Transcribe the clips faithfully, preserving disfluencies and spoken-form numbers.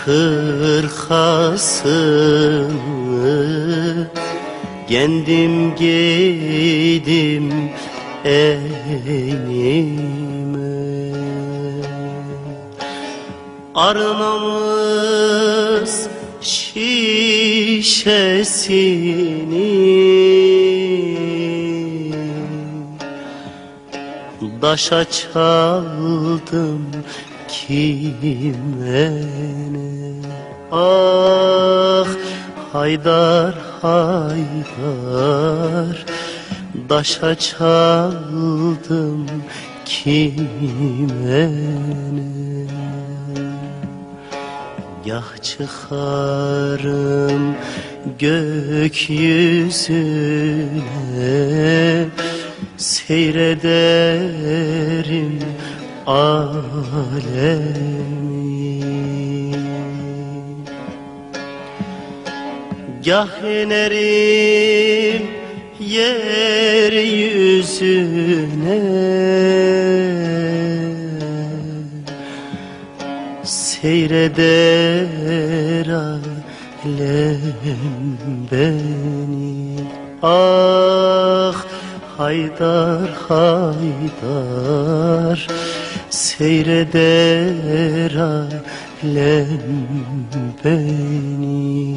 hırkasını kendim giydim enime. Armamız şişesini daşa çaldım kime ne? Ah Haydar Haydar, daşa çaldım kime ne? Gah çıkarım gökyüzüne, seyrederim alemi. Gah inerim yeryüzüne, seyreder alem beni. Ah Haydar Haydar, seyreder alem beni.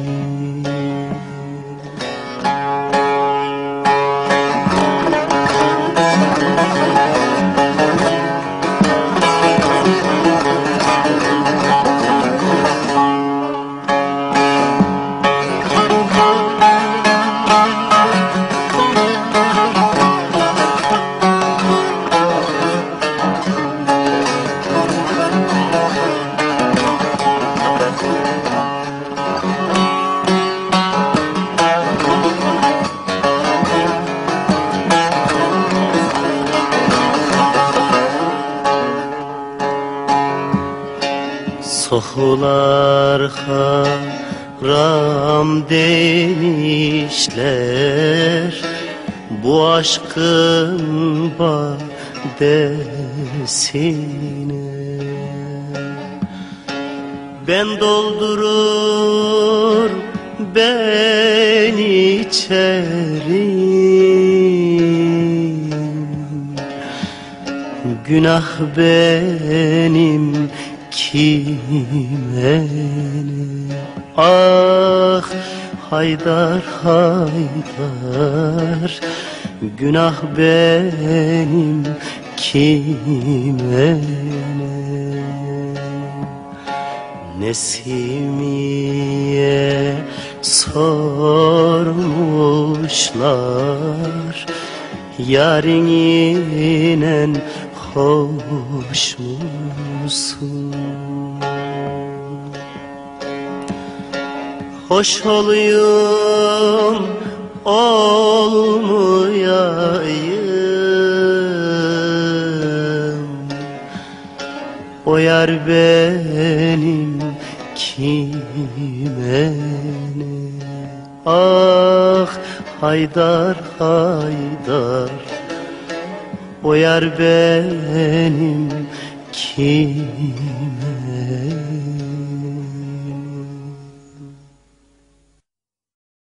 Sohular haram demişler bu aşkın badesine. Ben doldurur ben içerim, günah benim kime ne? Ah Haydar Haydar, günah benim kime ne? Nesimiye sormuşlar, yarinen hoş musun? Hoş olayım olmayayım, o yar benim kime ne? Ah Haydar Haydar, o yar benim kime